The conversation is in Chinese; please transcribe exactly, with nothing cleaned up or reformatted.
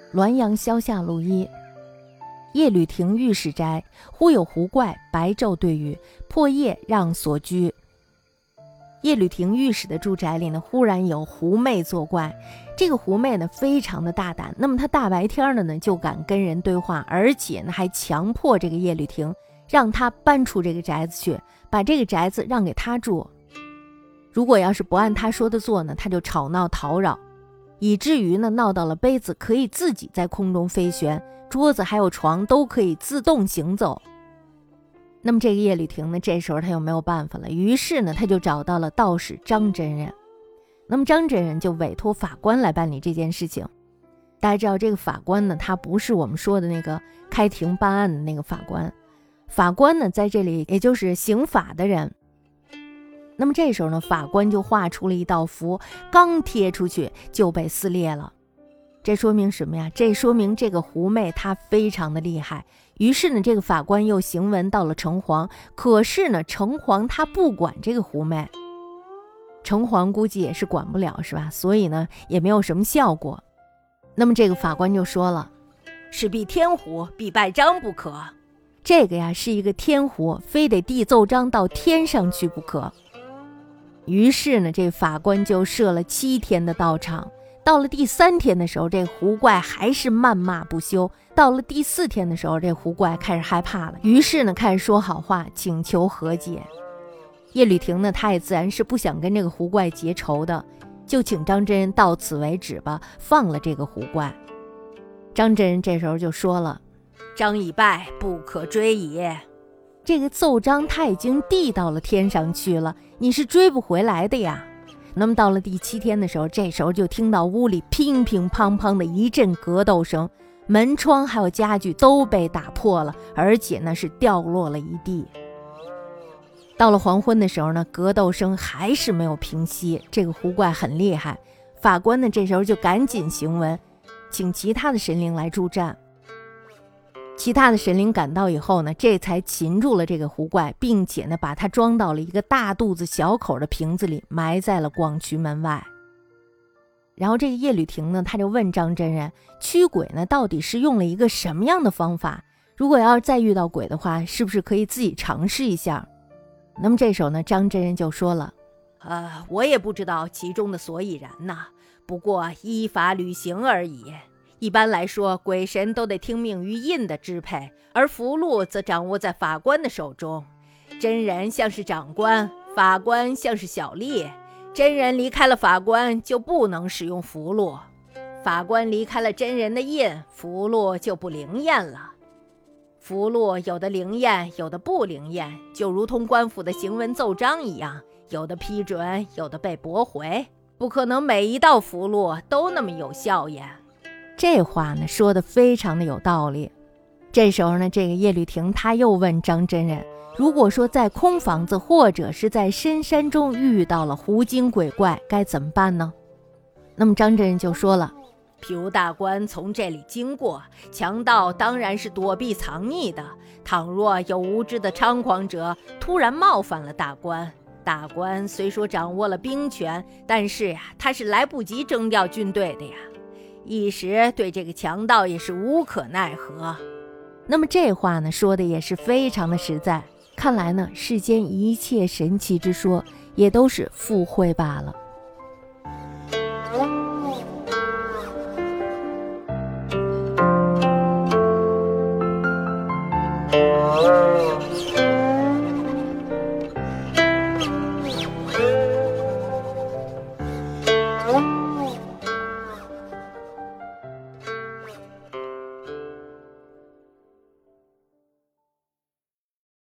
滦阳萧下路一，叶履亭御史宅，忽有狐怪白昼对语，破夜让所居。叶履亭御史的住宅里呢，忽然有狐媚作怪。这个狐媚呢，非常的大胆，那么他大白天的呢，就敢跟人对话，而且呢，还强迫这个叶履亭让他搬出这个宅子去，把这个宅子让给他住。如果要是不按他说的做呢，他就吵闹叨扰，以至于呢，闹到了杯子可以自己在空中飞旋，桌子还有床都可以自动行走。那么这个叶履亭呢，这时候他又没有办法了，于是呢，他就找到了道士张真人。那么张真人就委托法官来办理这件事情。大家知道这个法官呢，他不是我们说的那个开庭办案的那个法官，法官呢在这里也就是刑法的人。那么这时候呢，法官就画出了一道符，刚贴出去就被撕裂了。这说明什么呀？这说明这个狐媚她非常的厉害。于是呢，这个法官又行文到了城隍，可是呢，城隍他不管这个狐媚，城隍估计也是管不了，是吧？所以呢，也没有什么效果。那么这个法官就说了， 是必天狐，必拜章不可。 这个呀是一个天狐，非得递奏章到天上去不可。于是呢，这法官就设了七天的道场。到了第三天的时候，这狐怪还是谩骂不休。到了第四天的时候，这狐怪开始害怕了，于是呢，开始说好话，请求和解。叶履亭呢，他也自然是不想跟这个狐怪结仇的，就请张真人到此为止吧，放了这个狐怪。张真人这时候就说了， 章已败，不可追矣。 这个奏章他已经递到了天上去了，你是追不回来的呀。那么到了第七天的时候，这时候就听到屋里乒乒乓乓的一阵格斗声，门窗还有家具都被打破了，而且呢是掉落了一地。到了黄昏的时候呢，格斗声还是没有平息，这个狐怪很厉害。法官呢这时候就赶紧行文，请其他的神灵来助战。其他的神灵赶到以后呢，这才擒住了这个狐怪，并且呢把它装到了一个大肚子小口的瓶子里，埋在了广渠门外。然后这个叶履亭呢，他就问张真人，驱鬼呢到底是用了一个什么样的方法？如果要是再遇到鬼的话，是不是可以自己尝试一下？那么这时候呢，张真人就说了， 呃，我也不知道其中的所以然呐，不过依法履行而已。一般来说，鬼神都得听命于印的支配，而符箓则掌握在法官的手中。真人像是长官，法官像是小吏。真人离开了法官，就不能使用符箓；法官离开了真人的印，符箓就不灵验了。符箓有的灵验，有的不灵验，就如同官府的行文奏章一样，有的批准，有的被驳回，不可能每一道符箓都那么有效呀。 这话呢说得非常的有道理。这时候呢，这个叶履亭他又问张真人，如果说在空房子或者是在深山中遇到了狐精鬼怪，该怎么办呢？那么张真人就说了， 譬如大官从这里经过，强盗当然是躲避藏匿的。倘若有无知的猖狂者突然冒犯了大官，大官虽说掌握了兵权，但是呀，他是来不及征调军队的呀，一时对这个强盗也是无可奈何。 那么这话呢说的也是非常的实在，看来呢世间一切神奇之说也都是附会罢了。 Oh